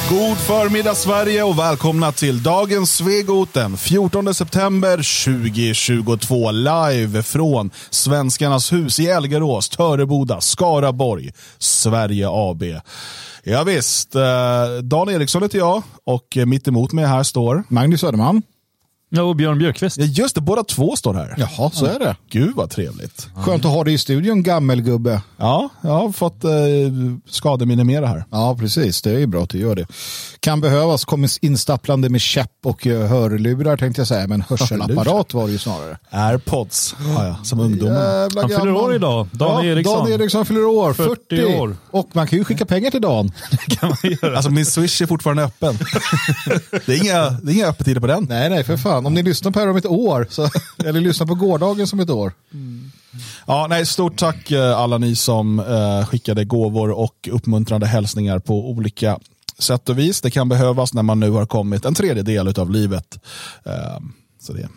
God förmiddag Sverige och välkomna till dagens Svegot den 14 september 2022 live från Svenskarnas hus i Älgarås, Töreboda, Skaraborg, Sverige AB. Ja visst, Dan Eriksson heter jag och mitt emot mig här står Magnus Söderman. Ja, och Björn Björkqvist. Ja just det, båda två står här. Jaha, så är det. Gud vad trevligt. Skönt att ha dig i studion, gammelgubbe. Ja, jag har fått skademinimera här. Ja, precis. Det är ju bra att du gör det. Kan behövas, kommer instapplande med käpp och hörlurar tänkte jag säga, men hörselapparat var det ju snarare. Airpods, som ungdomarna. Han fyller år idag, Dan Eriksson. Dan Eriksson fyller år, 40 år. Och man kan ju skicka pengar till Dan. Kan man göra. Alltså min Swish är fortfarande öppen. det är inga öppettider på den. Nej, för fan. Om ni lyssnar på här om ett år, eller lyssnar på gårdagen som ett år. Ja, nej, stort tack alla ni som skickade gåvor och uppmuntrande hälsningar på olika sätt och vis. Det kan behövas när man nu har kommit en tredjedel av livet. Så det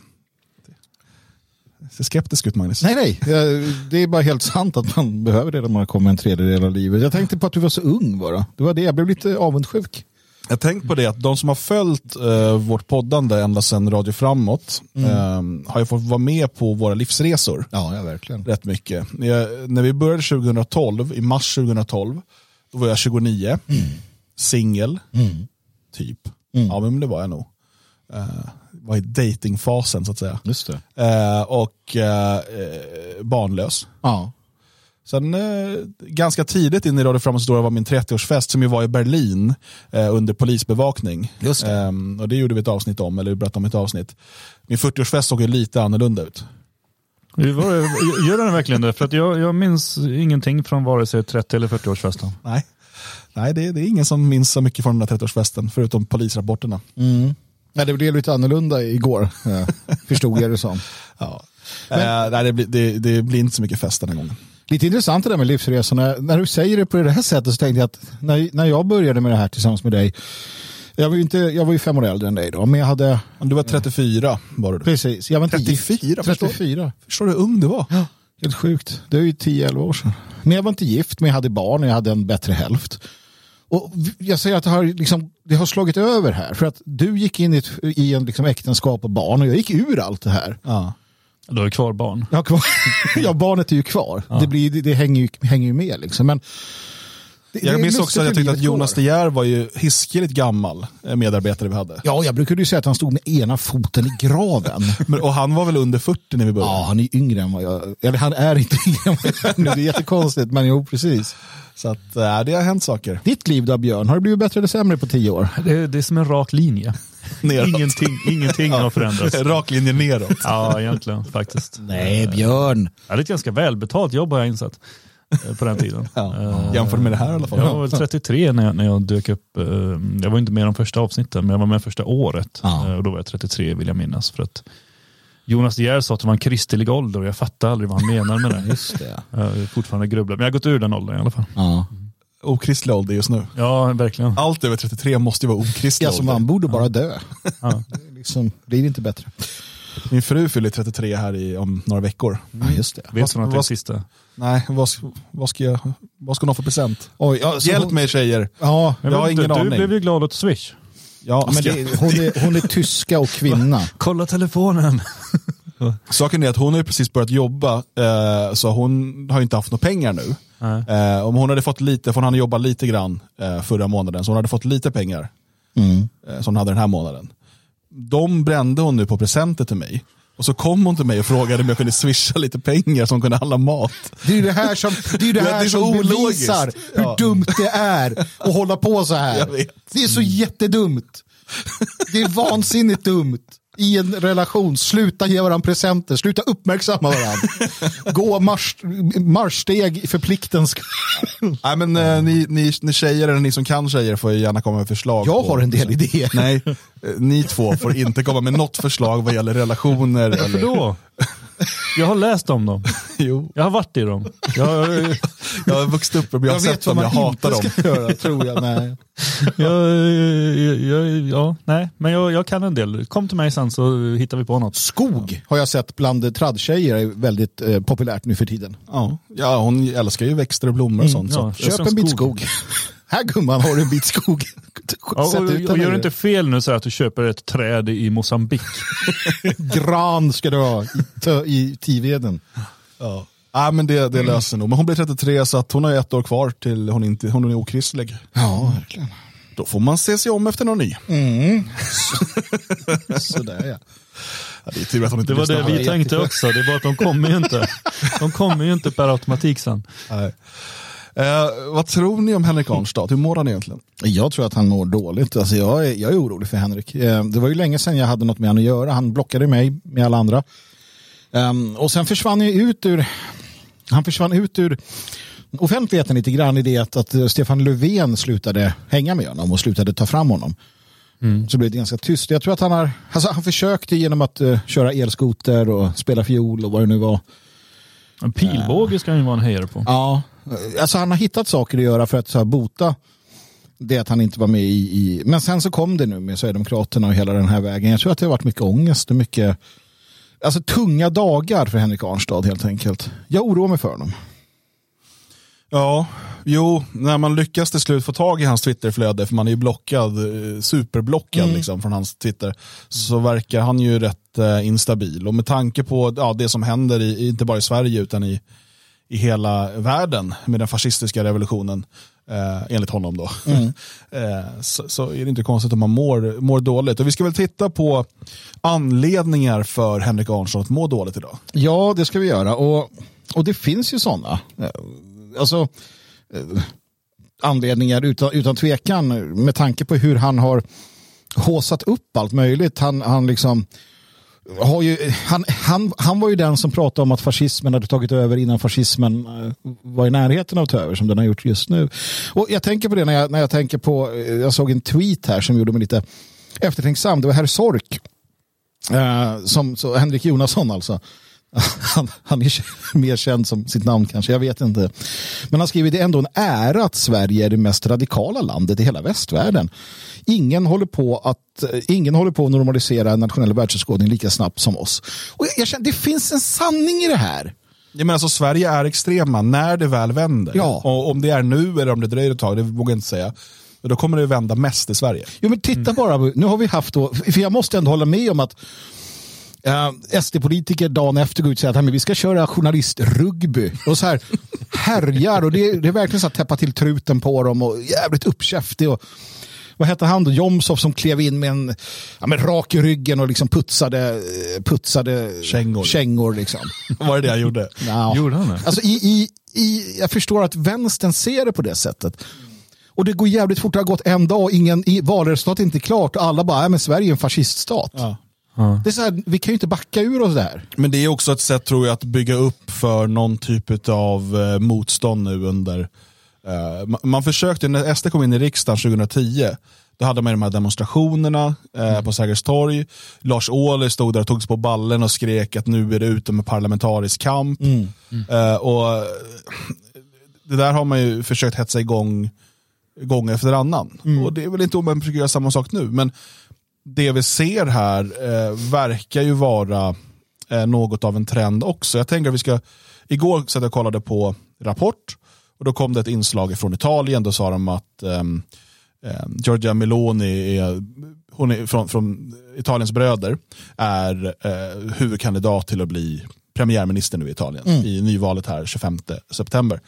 ser skeptisk ut, Magnus. Nej. Det är bara helt sant att man behöver det när man har kommit en tredjedel av livet. Jag tänkte på att du var så ung bara. Det var det. Jag blev lite avundsjuk. Jag tänkte på det att de som har följt vårt poddande ända sedan Radio Framåt har ju fått vara med på våra livsresor. Ja, verkligen. Rätt mycket. När vi började 2012, i mars 2012, då var jag 29. Singel. Typ. Ja, men det var jag nog. Var i datingfasen så att säga. Just det. Och barnlös. Ja. Sen ganska tidigt in i Radio Framåt så var min 30-årsfest som ju var i Berlin under polisbevakning. Just det. Och det gjorde vi ett avsnitt om, eller berättade om ett avsnitt. Min 40-årsfest såg ju lite annorlunda ut. Gör den verkligen det? För att jag minns ingenting från vare sig 30 eller 40-årsfesten. Nej, det är ingen som minns så mycket från den här 30-årsfesten förutom polisrapporterna. Nej, det blev lite annorlunda igår. Förstod jag det som. Ja. Nej, det blir inte så mycket fest den här gången. Lite intressant det där med livsresorna. När du säger det på det här sättet så tänkte jag att när jag började med det här tillsammans med dig, jag var ju 5 år äldre än dig då, men jag hade... Du var 34 var du. Precis, jag var inte 34, 34. Förstår du hur ung du var? Ja, helt sjukt. Det är ju 10-11 år sedan. Men jag var inte gift, men jag hade barn och jag hade en bättre hälft. Och jag säger att det har slagit över här, för att du gick in i en äktenskap och barn och jag gick ur allt det här. Ja. Du har kvar barn. Ja, barnet är ju kvar. Ja. Det hänger ju med liksom. Men jag minns också att jag tyckte att Jonas De Geer var ju hiskeligt gammal medarbetare vi hade. Ja, jag brukade ju säga att han stod med ena foten i graven. Och han var väl under 40 när vi började? Ja, han är yngre än vad jag... Eller han är inte yngre än vad jag är nu. Det är jättekonstigt, men jo, precis. Så att det har hänt saker. Ditt liv då, Björn, har det blivit bättre eller sämre på 10 år? Det är som en rak linje. Ingenting har förändrats. Rak linje neråt. Ja, egentligen faktiskt. Nej, Björn. Jag hade ett ganska välbetalt jobb har jag insett på den tiden. Jämför med det här i alla fall. Jag var 33 när jag dök upp. Jag var inte med de första avsnitten, men jag var med första året. Och då var jag 33 vill jag minnas. För att Jonas De Geer sa att det var en kristelig ålder och jag fattade aldrig vad han menar med det. Just det. Jag fortfarande grubblar. Men jag har gått ur den åldern i alla fall. Ja. Okristlig ålder just nu. Ja, verkligen. Allt över 33 måste ju vara okristlig ålder. Alltså man borde bara dö. Ja. Det blir inte bättre. Min fru fyller 33 här om några veckor. Ja, just det. Vet hon att det är sista? Nej, vad ska hon ha för present? Oj, alltså, hjälp mig tjejer. Ja, jag har ingen aning. Du blev ju glad åt Swish. Ja, men hon är tyska och kvinna. Kolla telefonen. Saken är att hon har precis börjat jobba, så hon har inte haft några pengar nu. Om hon hade fått lite, för hon hade jobbat lite grann förra månaden, så hon hade fått lite pengar som hon hade den här månaden. De brände hon nu på presenter till mig. Och så kom hon till mig och frågade om jag kunde swisha lite pengar så hon kunde handla mat. Det är ju det här som, som bevisar hur dumt det är att hålla på så här. Det är så jättedumt. Det är vansinnigt dumt. I en relation, sluta ge varandra presenter, sluta uppmärksamma varandra. Gå marschsteg för pliktens. Nej, men ni tjejer eller ni som kan tjejer får gärna komma med förslag. Jag har en del idéer. Nej, ni två får inte komma med något förslag vad gäller relationer. Varför då? Jag har läst om dem. Jo. Jag har varit i dem. Jag har vuxit upp och jag har sett dem, jag hatar dem. Göra, tror jag, nej. Nej, men jag kan en del. Kom till mig sen så hittar vi på något. Skog har jag sett bland tradtjejer är väldigt populärt nu för tiden. Ja, hon älskar ju växter och blommor och sånt. Ja, så. Köp en bit skog. Här gumman har du en bit skog. Och gör inte fel nu så att du köper ett träd i Mosambik. Gran ska du ha i Tiveden. Ja. Ja, men det löser nog. Men hon blir 33 så att hon har 1 år kvar till hon är okristlig. Ja, verkligen. Då får man se sig om efter någon ny. Sådär ja. Ja, det är tur att hon inte det var det vi tänkte också. Det var att de kommer ju inte per automatik sen. Nej. Vad tror ni om Henrik Arnstad? Hur mår han egentligen? Jag tror att han mår dåligt. Alltså jag är orolig för Henrik. Det var ju länge sedan jag hade något med honom att göra. Han blockade mig med alla andra. Och sen försvann han försvann ut ur offentligheten lite grann i det att Stefan Löfven slutade hänga med honom och slutade ta fram honom. Så blev det ganska tyst. Jag tror att han försökte genom att köra elskoter och spela fiol och vad det nu var. En pilbåge ska ju vara en hejare på. Ja, alltså han har hittat saker att göra för att så här, bota det att han inte var med i. Men sen så kom det nu med Sverigedemokraterna och hela den här vägen. Jag tror att det har varit mycket ångest och mycket tunga dagar för Henrik Arnstad helt enkelt. Jag oroar mig för honom. Ja, när man lyckas till slut få tag i hans Twitterflöde, för man är ju blockad, superblockad liksom från hans Twitter, så verkar han ju rätt instabil. Och med tanke på det som händer inte bara i Sverige utan i hela världen med den fascistiska revolutionen, enligt honom då, så är det inte konstigt om man mår dåligt. Och vi ska väl titta på anledningar för Henrik Arnstad att må dåligt idag. Ja, det ska vi göra. Och det finns ju sådana. Alltså anledningar utan tvekan, med tanke på hur han har håsat upp allt möjligt. Han liksom har ju, han var ju den som pratade om att fascismen hade tagit över innan fascismen var i närheten av att ta över, som den har gjort just nu. Och jag tänker på det när jag tänker på, jag såg en tweet här som gjorde mig lite eftertänksam. Det var herr Sork, så Henrik Jonasson alltså. Han är mer känd som sitt namn kanske, jag vet inte. Men han skriver: det är ändå en ära att Sverige är det mest radikala landet i hela västvärlden. Ingen håller på att normalisera en nationell världsåskådning lika snabbt som oss. Och jag känner, det finns en sanning i det här. Jag menar, alltså, Sverige är extrema när det väl vänder. Ja. Och om det är nu eller om det dröjer ett tag, det vågar jag inte säga. Och då kommer det vända mest i Sverige. Jo, men titta bara, nu har vi haft då, för jag måste ändå hålla med om att SD-politiker dagen efter går ut och säger att vi ska köra journalistrugby och så här härjar, och det är verkligen så att täppa till truten på dem och jävligt uppkäftig. Och vad hette han då? Jomshof som klev in med med rak i ryggen och liksom putsade kängor liksom. Vad var det han gjorde? Ja. Gjorde han det? Alltså jag förstår att vänstern ser det på det sättet. Och det går jävligt fort, det har gått en dag, valresultatet är inte klart och alla bara, men Sverige är en fasciststat. Ja. Det är så här, vi kan ju inte backa ur oss där. Men det är också ett sätt, tror jag, att bygga upp för någon typ av motstånd nu under. Man försökte, när SD kom in i riksdagen 2010, då hade man de här demonstrationerna på Sergels torg. Lars Ohly stod där och togs på ballen och skrek att nu är det ute med parlamentarisk kamp. Och det där har man ju försökt hetsa igång gång efter annan. Och det är väl inte om man försöker göra samma sak nu, men det vi ser här verkar ju vara något av en trend också. Jag tänker att igår så jag kollade på Rapport och då kom det ett inslag från Italien. Då sa de att Giorgia Meloni hon är från Italiens bröder, är huvudkandidat till att bli premiärminister nu i Italien i nyvalet här 25 september.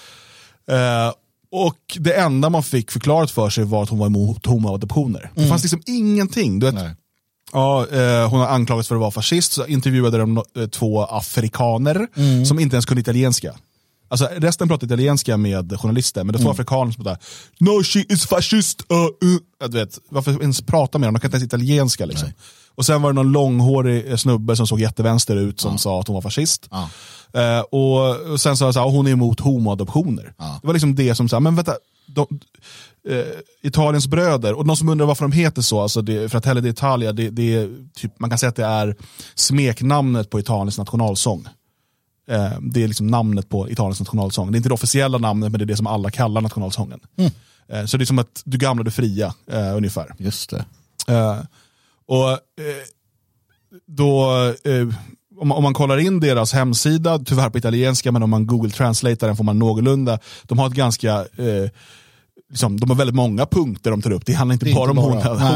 Och det enda man fick förklarat för sig var att hon var emot homoadoptioner. Det fanns liksom ingenting. Du vet, hon har anklagats för att vara fascist, så intervjuade de 2 afrikaner som inte ens kunde italienska. Alltså resten pratade italienska med journalister, men det 2 afrikaner som där, no, she is fascist. Du vet, varför ens prata med dem? De kan inte ens italienska liksom. Nej. Och sen var det någon långhårig snubbe som såg jättevänster ut som sa att hon var fascist. Och sen sa jag hon är emot homoadoptioner. Det var liksom det som sa, men vänta, Italiens bröder, och de som undrar varför de heter så, alltså Fratelli d'Italia, det är typ, man kan säga att det är smeknamnet på Italiens nationalsång. Det är liksom namnet på Italiens nationalsång. Det är inte det officiella namnet, men det är det som alla kallar nationalsången. Så det är som att du gamla, du fria, ungefär. Just det. Och då om man kollar in deras hemsida, tyvärr på italienska, men om man Google Translator den får man någorlunda, de har ett ganska liksom, de har väldigt många punkter de tar upp. Det handlar inte bara om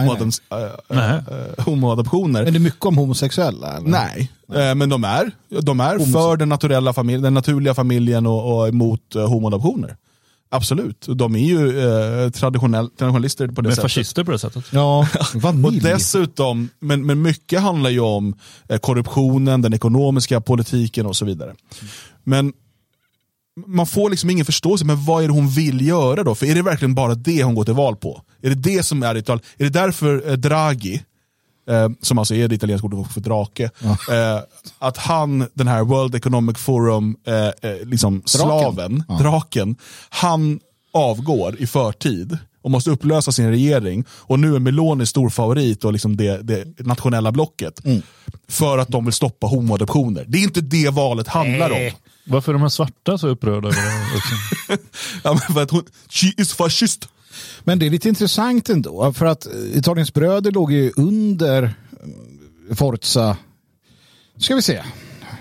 homoadoptioner. Men det är mycket om homosexuella? Eller? Nej, men de är för den naturliga familjen och emot homoadoptioner. Absolut, de är ju traditionalister på det sättet. Fascister på det sättet. Ja, och dessutom, men mycket handlar ju om korruptionen, den ekonomiska politiken och så vidare. Men man får liksom ingen förståelse, men vad är det hon vill göra då? För är det verkligen bara det hon går till val på? Är det som är Italien? Är det därför Draghi, som alltså är det italienska ordet för drake, att han, den här World Economic Forum liksom draken, han avgår i förtid och måste upplösa sin regering, och nu är Meloni stor favorit och liksom det nationella blocket för att de vill stoppa homoadoptioner. Det är inte det valet handlar om. Varför är de här svarta så upprörda över det också? Ja, men för att she is fascist. Men det är lite intressant ändå, för att Italiens bröder låg ju under Forza, ska vi se,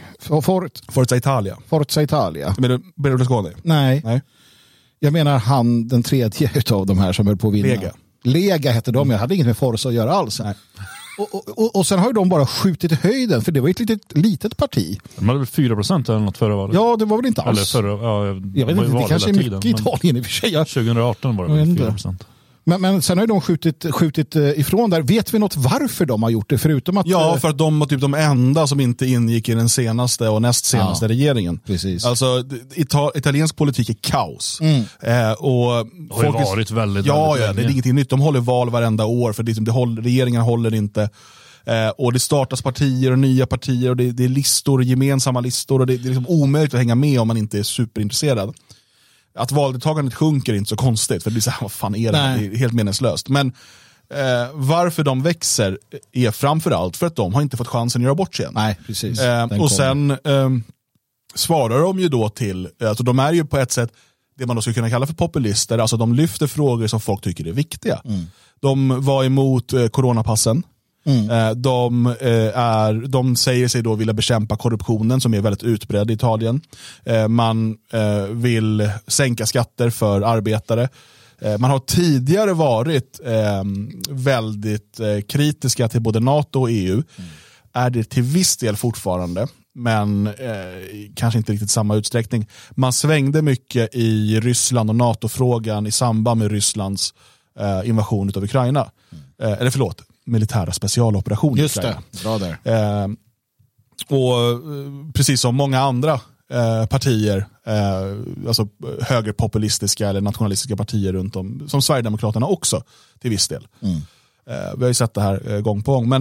Forza Italia. Forza Italia. Men Berlusconi? Nej. Jag menar han, den tredje utav de här som höll på att vinna. Lega hette de, jag hade inget med Forza att göra alls. Nej. Och sen har ju de bara skjutit i höjden, för det var ett litet parti. De hade väl 4% eller något förra valet? Ja, det var väl inte alls. Eller jag vet inte, det kanske är mycket i Italien i och för sig. 2018 var det väl 4%. Men sen har ju de skjutit ifrån där. Vet vi något varför de har gjort det? Förutom att... Ja, för att de var typ de enda som inte ingick i den senaste och näst senaste regeringen. Precis. Alltså, italiensk politik är kaos. Och det har varit väldigt det är ingenting nytt. De håller val varenda år, för regeringen håller inte. Och det startas partier och nya partier, och det är listor, gemensamma listor, och det är liksom omöjligt att hänga med om man inte är superintresserad. Att valdeltagandet sjunker är inte så konstigt, för det blir så här, vad fan är det? Det är helt meningslöst. Men varför de växer är framförallt för att de har inte fått chansen att göra bort sig än. Nej, precis. Och sen svarar de ju då till, alltså de är ju på ett sätt det man då skulle kunna kalla för populister, alltså de lyfter frågor som folk tycker är viktiga. De var emot coronapassen. De säger sig då vilja bekämpa korruptionen som är väldigt utbredd i Italien. Man vill sänka skatter för arbetare. Man har tidigare varit väldigt kritiska till både NATO och EU. Är det till viss del fortfarande, men kanske inte riktigt samma utsträckning. Man svängde mycket i Ryssland och NATO-frågan i samband med Rysslands invasion av Ukraina. Eller förlåt, militära specialoperationer. Just det, bra där. Och precis som många andra partier, alltså högerpopulistiska eller nationalistiska partier runt om, som Sverigedemokraterna också till viss del. Vi har ju sett det här gång på gång, men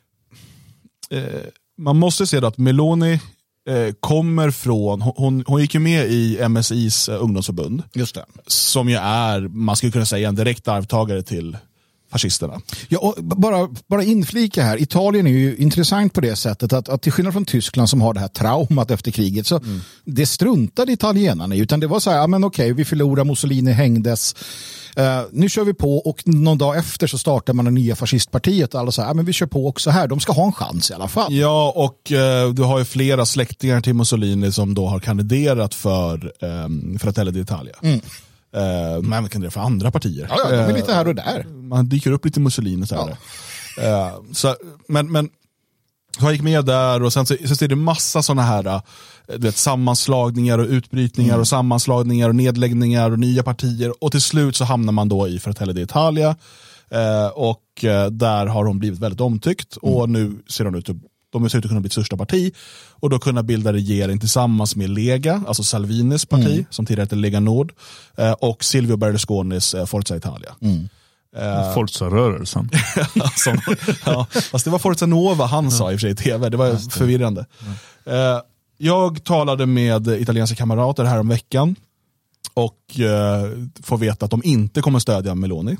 man måste se då att Meloni kommer från, hon gick ju med i MSIs ungdomsförbund. Just det. Som ju är, man skulle kunna säga, en direkt arvtagare till fascisterna. Ja, och bara inflika här. Italien är ju intressant på det sättet att till skillnad från Tyskland som har det här traumat efter kriget, så det struntade italienarna i, utan det var så här, men okej, vi förlorar, Mussolini hängdes. Nu kör vi på, och någon dag efter så startar man det nya fascistpartiet och alla säger, men vi kör på också här, de ska ha en chans i alla fall. Ja, och du har ju flera släktingar till Mussolini som då har kandiderat för Fratelli d'Italia. Man kan det för andra partier. Ja, de är lite här och där. Man dyker upp lite Mussolini så här. Så, men så jag gick med där, och sen så är det massa sådana här sammanslagningar och utbrytningar och sammanslagningar och nedläggningar och nya partier, och till slut så hamnar man då i Fratelli d'Italia, och där har de blivit väldigt omtyckt, och nu ser de ut att kunna bli ett största parti och då kunna bilda regering tillsammans med Lega, alltså Salvinis parti som tidigare hette Lega Nord, och Silvio Berlusconis Forza Italia. Forza-rörelsen. Ja, fast det var Forza Nova han sa i och för sig i tv, det var förvirrande. Jag talade med italienska kamrater här om veckan och får veta att de inte kommer stödja Meloni.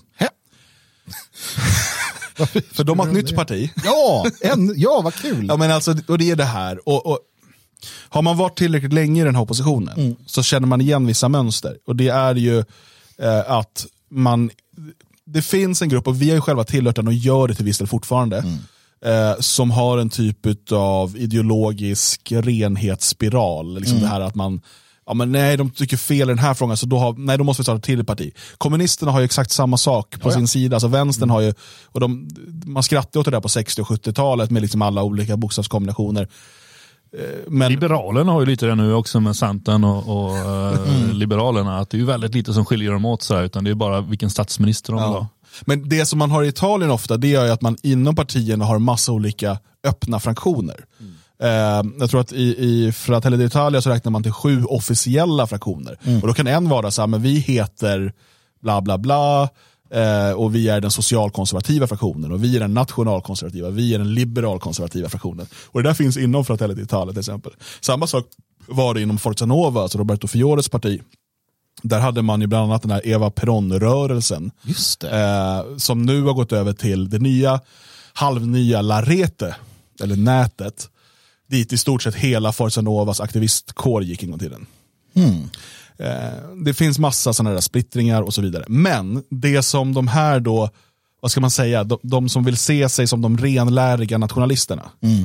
För de har ett nytt parti. Ja, vad kul. Ja, men alltså, och det är det här. Och har man varit tillräckligt länge i den här oppositionen så känner man igen vissa mönster. Och det är ju att det finns en grupp, och vi har ju själva tillhört den och gör det till viss del fortfarande, som har en typ av ideologisk renhetsspiral. Liksom det här att man ja men nej, de tycker fel i den här frågan, så då måste vi starta till ett parti. Kommunisterna har ju exakt samma sak på sin sida, alltså vänstern har ju, och man skrattar åt det där på 60- och 70-talet med liksom alla olika bokstavskombinationer. Men Liberalerna har ju lite det nu också med Centern och Liberalerna, att det är ju väldigt lite som skiljer dem åt så här, utan det är bara vilken statsminister de vill ha. Men det som man har i Italien ofta, det är ju att man inom partierna har massa olika öppna fraktioner. Jag tror att i Fratelli d'Italia så räknar man till 7 officiella fraktioner. Och då kan en vara så här, men vi heter bla bla bla, och vi är den socialkonservativa fraktionen, och vi är den nationalkonservativa, vi är den liberalkonservativa fraktionen. Och det där finns inom Fratelli d'Italia till exempel. Samma sak var det inom Forza Nuova, alltså Roberto Fiores parti. Där hade man ju bland annat den här Eva Peron-rörelsen. Just det. Som nu har gått över till det halvnya La Rete, eller nätet, dit i stort sett hela Forza Novas aktivistkår gick en gång till den. Det finns massa sådana där splittringar och så vidare. Men det som de här då, vad ska man säga, de som vill se sig som de renläriga nationalisterna.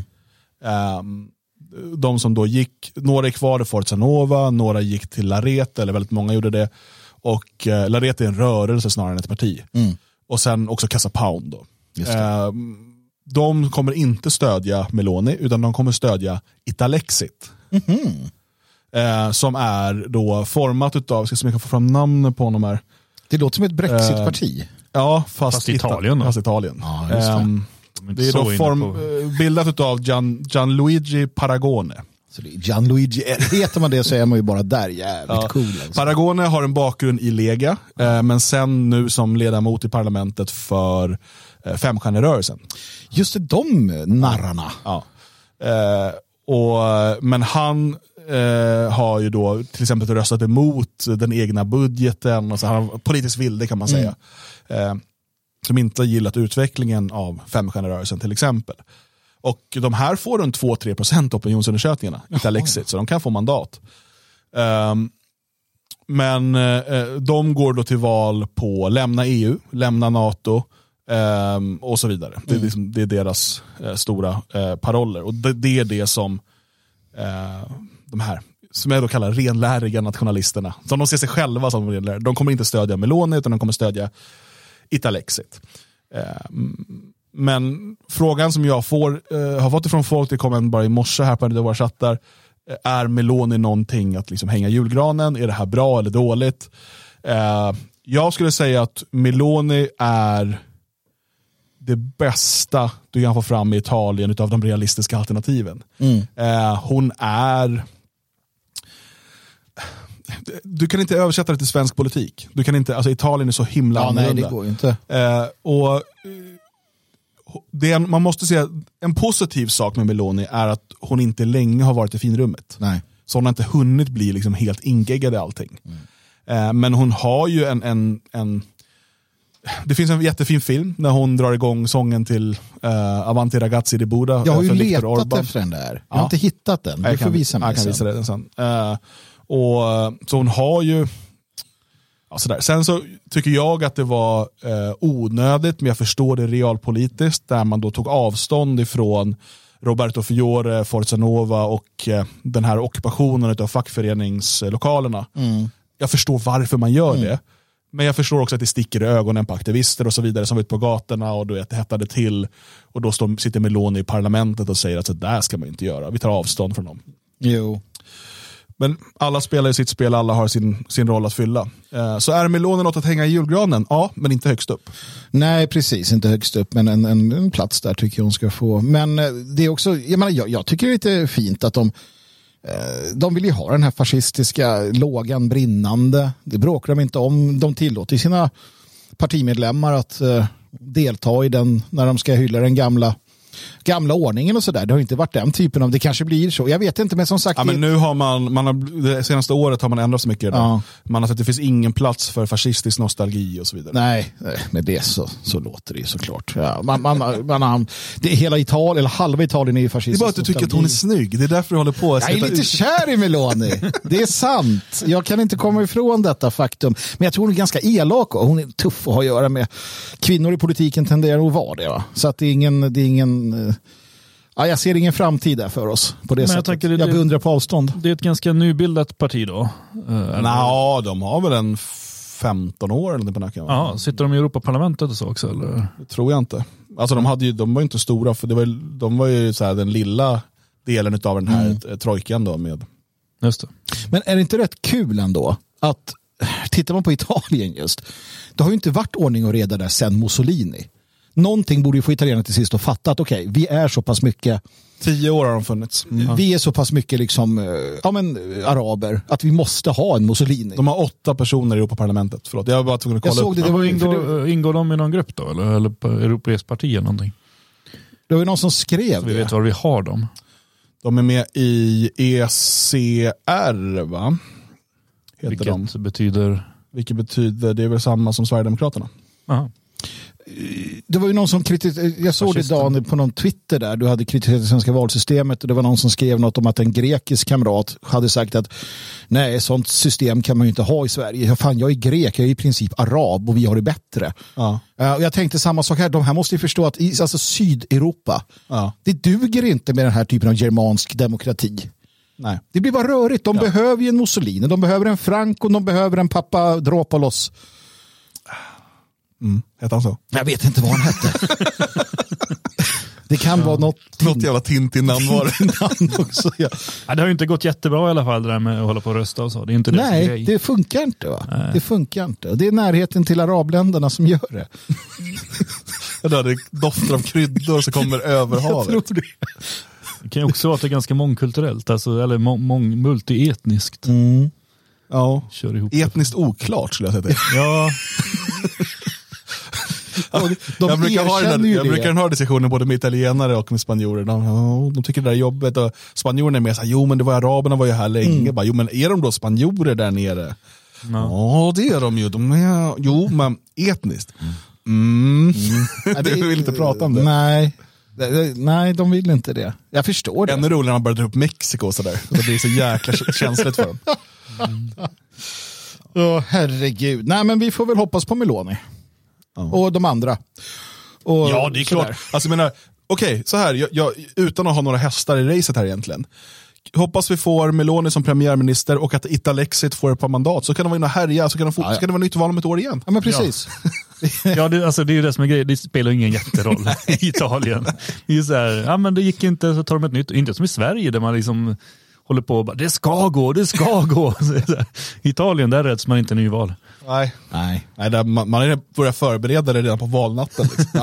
De som då gick, några är kvar i Forza Nova, några gick till La Rete, eller väldigt många gjorde det. Och La Rete är en rörelse snarare än ett parti. Och sen också Casa Pound då. De kommer inte stödja Meloni, utan de kommer stödja Italexit. Som är då format utav, ska se om jag kan få fram namnet på honom här. Det låter som ett Brexit-parti. Ja, fast Italien. Fast Italien. Ja, just det. Det är då bildat av Gianluigi Paragone. Så det är Gianluigi, heter man det så är man ju bara där jävligt cool. Alltså. Paragone har en bakgrund i Lega, men sen nu som ledamot i parlamentet för Femstjärnerörelsen. Just det, de narrarna. Ja. Men han har ju då till exempel röstat emot den egna budgeten, och så han har politiskt vilde kan man säga. Som inte har gillat utvecklingen av Femstjärnerörelsen till exempel. Och de här får runt 2-3% opinionsundersökningarna i Italexit, så de kan få mandat. Men de går då till val på lämna EU, lämna NATO och så vidare. Det är deras stora paroller. Och det är det som de här, som jag då kallar renläriga nationalisterna, som de ser sig själva som renläriga. De kommer inte stödja Meloni, utan de kommer stödja Italexit. Men frågan som jag har fått ifrån folk, det kom en bara i morse här på en av våra chattar, är Meloni någonting att liksom hänga julgranen? Är det här bra eller dåligt? Jag skulle säga att Meloni är det bästa du kan få fram i Italien utav de realistiska alternativen. Hon är... Du kan inte översätta det till svensk politik. Du kan inte, alltså Italien är så himla annorlunda. Nej, det går inte. Man måste säga, en positiv sak med Meloni är att hon inte länge har varit i finrummet. Nej. Så hon har inte hunnit bli liksom helt ingeggad i allting. Men hon har ju en det finns en jättefin film när hon drar igång sången till Avanti Ragazzi di Buda. Jag har ju letat efter den där. Jag har inte hittat den. Du får visa mig. Jag kan visa den sen. Så hon har ju sådär. Sen så tycker jag att det var onödigt, men jag förstår det realpolitiskt, där man då tog avstånd ifrån Roberto Fiore, Forza Nova och den här ockupationen av fackföreningslokalerna. Jag förstår varför man gör det. Men jag förstår också att det sticker i ögonen på aktivister och så vidare som var ute på gatorna, och då det hettade till, och då sitter Meloni i parlamentet och säger att så där ska man inte göra. Vi tar avstånd från dem. Jo. Men alla spelar i sitt spel, alla har sin roll att fylla. Så är Meloni något att hänga i julgranen? Ja, men inte högst upp. Nej, precis. Inte högst upp, men en plats där tycker jag hon ska få. Men det är också, jag tycker det är lite fint att de vill ju ha den här fascistiska lågan brinnande. Det bråkar de inte om. De tillåter sina partimedlemmar att delta i den när de ska hylla den gamla ordningen och sådär. Det har inte varit den typen av, det kanske blir så. Jag vet inte, men som sagt. Ja, men nu har man har, det senaste året har man ändrat så mycket. Ja. Man har sett att det finns ingen plats för fascistisk nostalgi och så vidare. Nej, med det så låter det såklart. Ja, det är hela Italien, eller halva Italien är ju fascistisk. Det är bara att du tycker att hon är snygg. Det är därför du håller på. Jag är lite kär i Meloni. Det är sant. Jag kan inte komma ifrån detta faktum. Men jag tror hon är ganska elak, och hon är tuff att ha att göra med. Kvinnor i politiken tenderar att vara det. Va? Så att det är ingen Ja, jag ser ingen framtid där för oss på det sättet. Jag beundrar på avstånd. Det är ett ganska nybildat parti då? Nej, de har väl en 15 år eller på nacken. Ja, sitter de i Europaparlamentet och så också? Eller? Det tror jag inte. Alltså de var ju inte stora, för de var ju så här den lilla delen av den här trojkan då med. Just det. Men är det inte rätt kul ändå att tittar man på Italien just, det har ju inte varit ordning och reda där sedan Mussolini. Någonting borde ju få italienarna till sist att fatta att okej, vi är så pass mycket 10 år har de funnits. Vi är så pass mycket liksom, araber att vi måste ha en Mussolini. De har 8 personer i Europaparlamentet. Förlåt, jag var bara tvungen att kolla upp. Det var ingår de i någon grupp då? Eller på Europeiskt parti eller någonting? Det var ju någon som skrev så vi vet var vi har dem. De är med i ECR, va? Vilket betyder, det är väl samma som Sverigedemokraterna. Aha. Det var ju någon som kritiserade, jag såg det idag på någon Twitter där, du hade kritiserat det svenska valsystemet och det var någon som skrev något om att en grekisk kamrat hade sagt att nej, sånt system kan man ju inte ha i Sverige. Fan, jag är grek, jag är i princip arab och vi har det bättre. Ja. Och jag tänkte samma sak här, de här måste ju förstå att i alltså Sydeuropa, det duger inte med den här typen av germansk demokrati. Nej. Det blir bara rörigt, de behöver ju en Mussolini, de behöver en Franco, de behöver en Papadopoulos. Hette han så? Jag vet inte vad han hette. Det kan vara något jävla Tintin-namn var det. också, ja. Ja, det har ju inte gått jättebra i alla fall det där med att hålla på och rösta och så. Det är inte det. Nej, det funkar inte, va? Nej. Det funkar inte. Det är närheten till arabländerna som gör det. Det doftar av kryddor som kommer över havet. Jag tror det. Det kan ju också vara att det är ganska mångkulturellt, alltså, eller multietniskt. Ja, kör ihop. Etniskt oklart skulle jag säga. Ja. Jag brukar ha diskussioner både med italienare och med spanjorer. De tycker det där är jobbet och spanjorerna är med så här, jo men det var araberna var ju här länge. Bara, jo men är de då spanjorer där nere? Ja, det är de ju. Jo men etniskt. Det vill inte prata om det. Nej, de vill inte det. Jag förstår det. Ännu roligare när man börjar dra upp Mexiko och sådär. Det blir så jäkla känsligt för dem. Herregud. Nej, men vi får väl hoppas på Meloni. Och de andra. Och ja, det är klart. Alltså, jag menar, okej, så här. Jag, utan att ha några hästar i racet här egentligen. Hoppas vi får Meloni som premiärminister och att Italexit får ett par mandat. Så kan de vara inne och härja, så kan det vara nytt val om ett år igen. Ja, men precis. Ja, det är ju det som är grejen. Det spelar ingen jätteroll i Italien. Det är så här, ja men det gick inte, så tar de ett nytt. Inte som i Sverige där man liksom håller på och bara, det ska gå. I Italien, där räds man inte nyval. Nej, där man börjar förbereda det redan på valnatten. Liksom.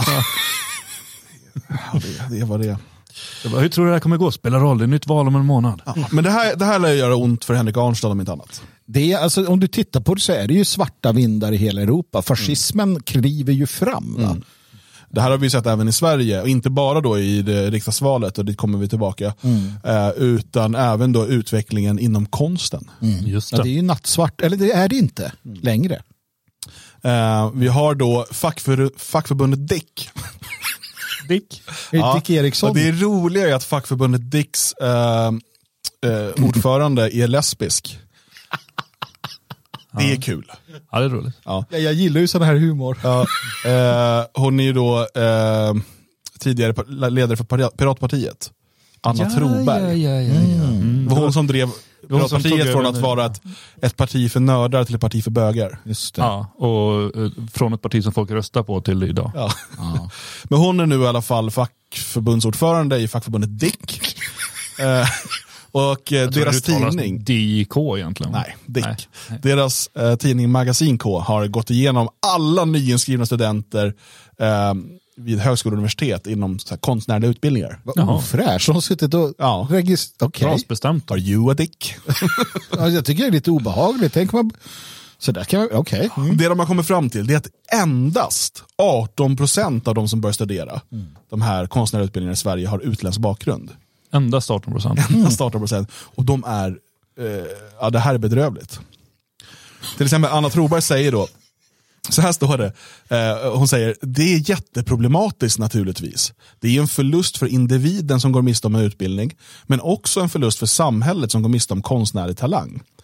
Det var det. Hur tror du det här kommer gå? Spelar roll, det är nytt val om en månad. Ja, men det här lär göra ont för Henrik Arnstad om inte annat. Det är, alltså, om du tittar på det så är det ju svarta vindar i hela Europa. Fascismen kliver ju fram. Va? Det här har vi sett även i Sverige, och inte bara då i det riksdagsvalet, och dit kommer vi tillbaka, utan även då utvecklingen inom konsten. Just det. Ja, det är ju nattsvart, eller det är det inte längre. Vi har då fackförbundet Dick. Dick Eriksson. Och det är roliga är att fackförbundet Dicks ordförande är lesbisk. Det är kul. Ja, det är roligt. Ja. Jag gillar ju sån här humor. Ja, hon är ju då tidigare ledare för Piratpartiet. Anna Troberg. Det var hon som drev Piratpartiet från att vara ett parti för nördar till ett parti för bögar. Just det. Ja, och från ett parti som folk röstar på till idag. Ja. Men hon är nu i alla fall fackförbundsordförande i fackförbundet Dick. Och deras tidning DIK egentligen. Nej, Dick. Nej. Deras tidning Magasin K har gått igenom alla nyinskrivna studenter vid högskola och universitet inom så här, konstnärliga utbildningar. Fräsch. De har suttit och rasbestämt. Are you a dick? Jag tycker det är lite obehagligt. Tänk man så där kan man, Det de har kommit fram till är att endast 18% av de som börjar studera de här konstnärliga utbildningarna i Sverige har utländsk bakgrund. Endast 18%. Endast 18%. Och de är det här är bedrövligt. Till exempel Anna Troberg säger då, så här står det, hon säger, det är jätteproblematiskt naturligtvis. Det är en förlust för individen som går miste om en utbildning, men också en förlust för samhället som går miste om konstnärlig talang.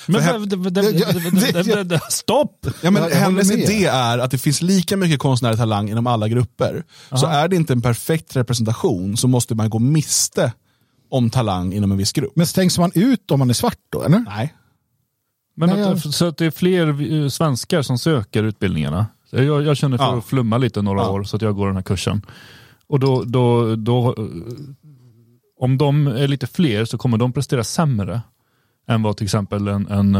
Stopp! Ja, men hennes idé är att det finns lika mycket konstnärlig talang inom alla grupper. Aha. Så är det inte en perfekt representation så måste man gå miste om talang inom en viss grupp. Men stängs man ut om man är svart då, eller? Nej. Men så att det är fler svenskar som söker utbildningarna. Jag känner för att flumma lite några år så att jag går den här kursen. Och då om de är lite fler så kommer de prestera sämre än vad till exempel en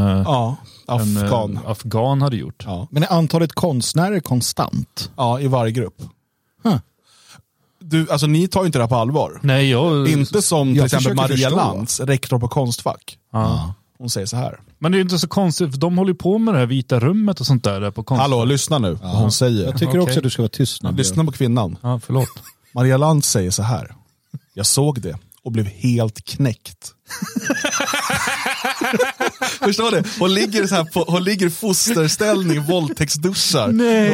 afghan hade gjort. Ja. Men är antalet konstnärer konstant? Ja, i varje grupp. Alltså ni tar ju inte det här på allvar. Nej, inte som till exempel Maria Lantz, rektor på Konstfack. Ja. Hon säger så här. Men det är inte så konstigt, för de håller ju på med det här vita rummet och sånt där på Konstfack. Hallå, lyssna nu vad hon säger. Jag tycker också att du ska vara tyst. Lyssna på kvinnan. Ja, förlåt. Maria Lantz säger så här. Jag såg det och blev helt knäckt. Förstår du? Hon ligger i fosterställning, våldtäktsduschar. Nej.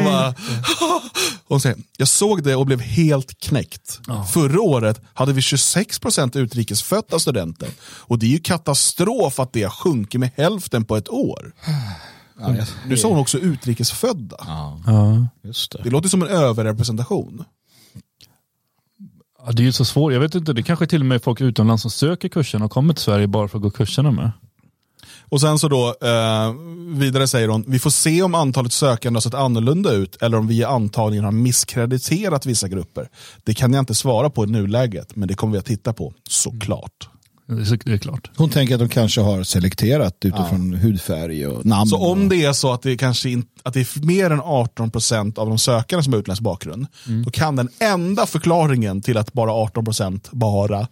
Hon säger, jag såg det och blev helt knäckt. Förra året hade vi 26% utrikesfödda studenter. Och det är ju katastrof att det har sjunkit med hälften på ett år. Nu sa hon också utrikesfödda. Ja, just det. Det låter som en överrepresentation. Ja, det är ju så svårt. Jag vet inte, det kanske till och med folk utomlands som söker kursen och kommer till Sverige bara för att gå kurserna med. Och sen så då, vidare säger hon, vi får se om antalet sökande har sett annorlunda ut eller om vi i antagningen har misskrediterat vissa grupper. Det kan jag inte svara på i nuläget, men det kommer vi att titta på, såklart. Det är klart. Hon tänker att de kanske har selekterat utifrån hudfärg och namn. Så om det är så att det är kanske att det är mer än 18% av de sökande som har utländsk bakgrund, då kan den enda förklaringen till att bara 18%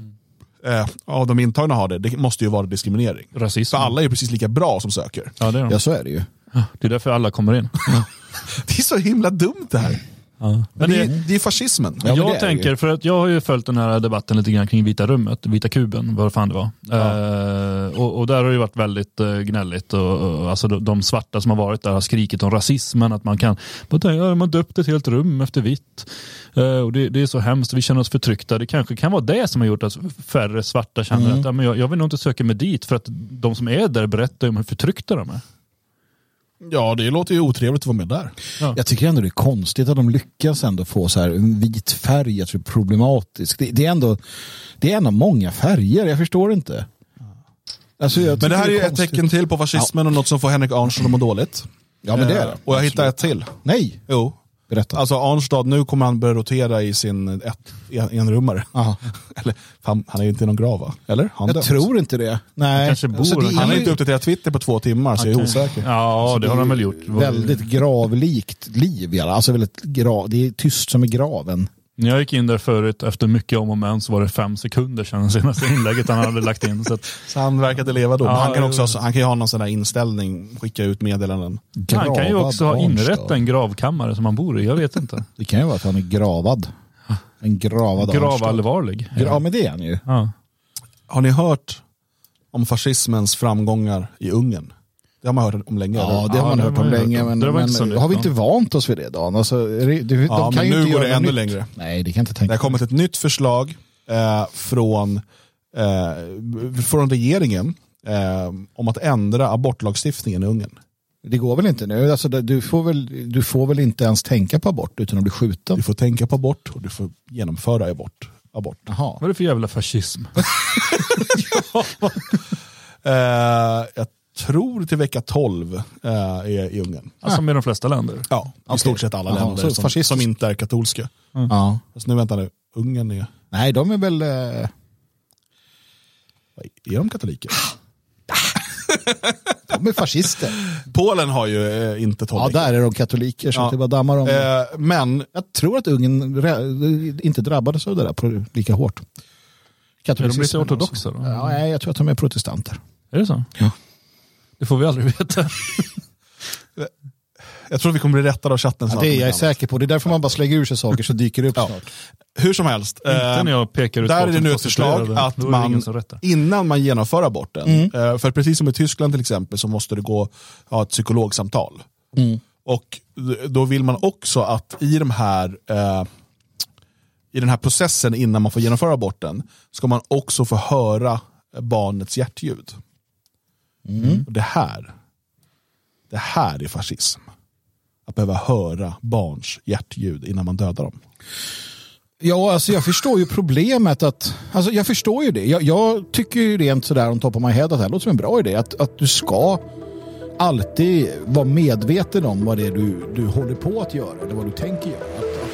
av de intagna har det måste ju vara diskriminering. Rasism. För alla är ju precis lika bra som söker. Ja, det är de. Ja, så är det ju. Det är därför alla kommer in. Det är så himla dumt det här. Ja. Men det är fascismen. Ja, jag tänker, för att jag har ju följt den här debatten lite grann kring vita rummet, vita kuben, vad fan det var. Och där har det ju varit väldigt gnälligt. Och alltså de svarta som har varit där har skrikit om rasismen, att man döpt ett helt rum efter vitt. Och det är så hemskt, vi känner oss förtryckta. Det kanske kan vara det som har gjort att färre svarta känner att jag vill nog inte söka mig dit, för att de som är där berättar om hur förtryckta de är. Ja, det låter ju otrevligt att vara med där. Ja. Jag tycker ändå det är konstigt att de lyckas ändå få så här en vit färg. Jag tror det är problematiskt. Det är ändå många färger, jag förstår inte. Alltså, men det här är ju ett tecken till på fascismen och något som får Henrik Arnstad att må dåligt. Ja, men det är det. Och jag hittar ett till. Nej. Jo. Berätta. Alltså Arnstad, nu kommer han börja rotera i sin enrummare. Eller, han är ju inte i någon grav, va? Eller? Jag tror inte det. Nej. Kanske bor. Alltså, han har inte uppdaterat Twitter på 2 timmar, så jag är osäker. Ja, alltså, det har han väl gjort. Väldigt gravlikt liv. Alltså det är tyst som i graven. När jag gick in där förut, efter mycket om och men, så var det 5 sekunder sedan senaste inlägget han hade lagt in. Så han verkade leva då. Ja, han kan ju ha någon sån där inställning, skicka ut meddelanden. Han kan ju också ha inrätt en gravkammare som han bor i, jag vet inte. Det kan ju vara att han är gravad. En gravad gravallvarlig. Ja, men det är han ju. Ja. Har ni hört om fascismens framgångar i Ungern? Det har man hört om länge. Ja, det har man hört om länge. Men har vi inte vant oss vid det, Dan? Alltså, men nu går det ännu längre. Nej, det kan inte tänka. Det har kommit ett nytt förslag från regeringen om att ändra abortlagstiftningen i Ungern. Det går väl inte nu? Alltså, du får väl inte ens tänka på abort utan att bli skjuten? Du får tänka på abort och du får genomföra abort. Jaha. Vad är det för jävla fascism? Jag tror till vecka 12 i Ungern. Alltså med de flesta länder? Ja, i stort sett alla länder som inte är katolska. Ja. Fast nu vänta nu, Ungern är... Nej, de är väl... Är de katoliker? De är fascister. Polen har ju inte 12 veckor. Ja, där är de katoliker, så det bara dammar om. Men jag tror att Ungern inte drabbades av det där lika hårt. Är de lite ortodoxa då? Ja, jag tror att de är protestanter. Är det så? Ja. Det får vi aldrig veta. Jag tror vi kommer bli rättade av chatten snart. Ja, det är jag säker på. Det är därför man bara slänger ur sig saker så dyker det upp snart. Hur som helst. Inte när jag pekar ut där är det nu ett förslag att man innan man genomför aborten, för precis som i Tyskland till exempel, så måste det gå ett psykologsamtal. Och då vill man också att i den här processen innan man får genomföra aborten ska man också få höra barnets hjärtljud. Och det här är fascism. Att behöva höra barns hjärtljud innan man dödar dem. Ja, alltså jag förstår ju problemet jag förstår ju det. Jag tycker ju rent sådär on top of my head att det här låter som en bra idé. Att du ska alltid vara medveten om vad det är du håller på att göra eller vad du tänker göra.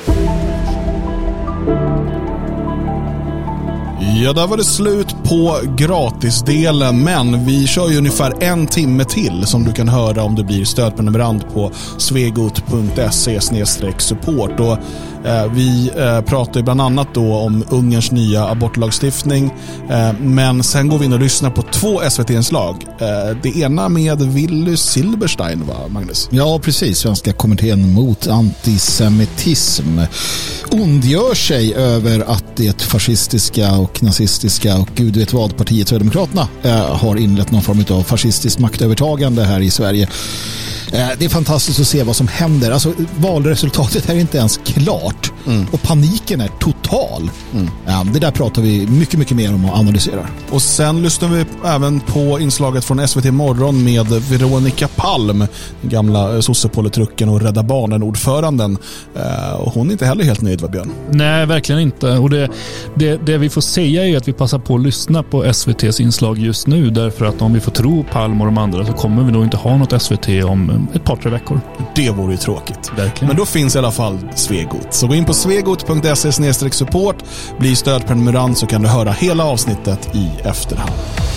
Ja, där var det slut på gratisdelen, men vi kör ju ungefär 1 timme till som du kan höra om du blir stödprenumerant på svegot.se/support. Och vi pratar ju bland annat då om Ungerns nya abortlagstiftning, men sen går vi in och lyssnar på 2 SVT-inslag. Det ena med Willy Silberstein, va, Magnus? Ja, precis. Svenska kommittén mot antisemitism ondgör sig över att det fascistiska och nazistiska och gud vet vad partiet Sverigedemokraterna har inlett någon form av fascistiskt maktövertagande här i Sverige. Det är fantastiskt att se vad som händer. Alltså, valresultatet är inte ens klart. Och paniken är total. Det där pratar vi mycket, mycket mer om och analyserar. Och sen lyssnar vi även på inslaget från SVT Morgon med Veronica Palm, den gamla sossepolitrucken och Rädda Barnen-ordföranden. Och hon är inte heller helt nöjd, va, Björn? Nej, verkligen inte. Och det vi får säga är att vi passar på att lyssna på SVTs inslag just nu, därför att om vi får tro Palm och de andra så kommer vi nog inte ha något SVT om ett par, 3 veckor. Det vore ju tråkigt. Verkligen. Men då finns i alla fall Svegot. Så gå in på svegot.se/support, bli stödprenumerant så kan du höra hela avsnittet i efterhand.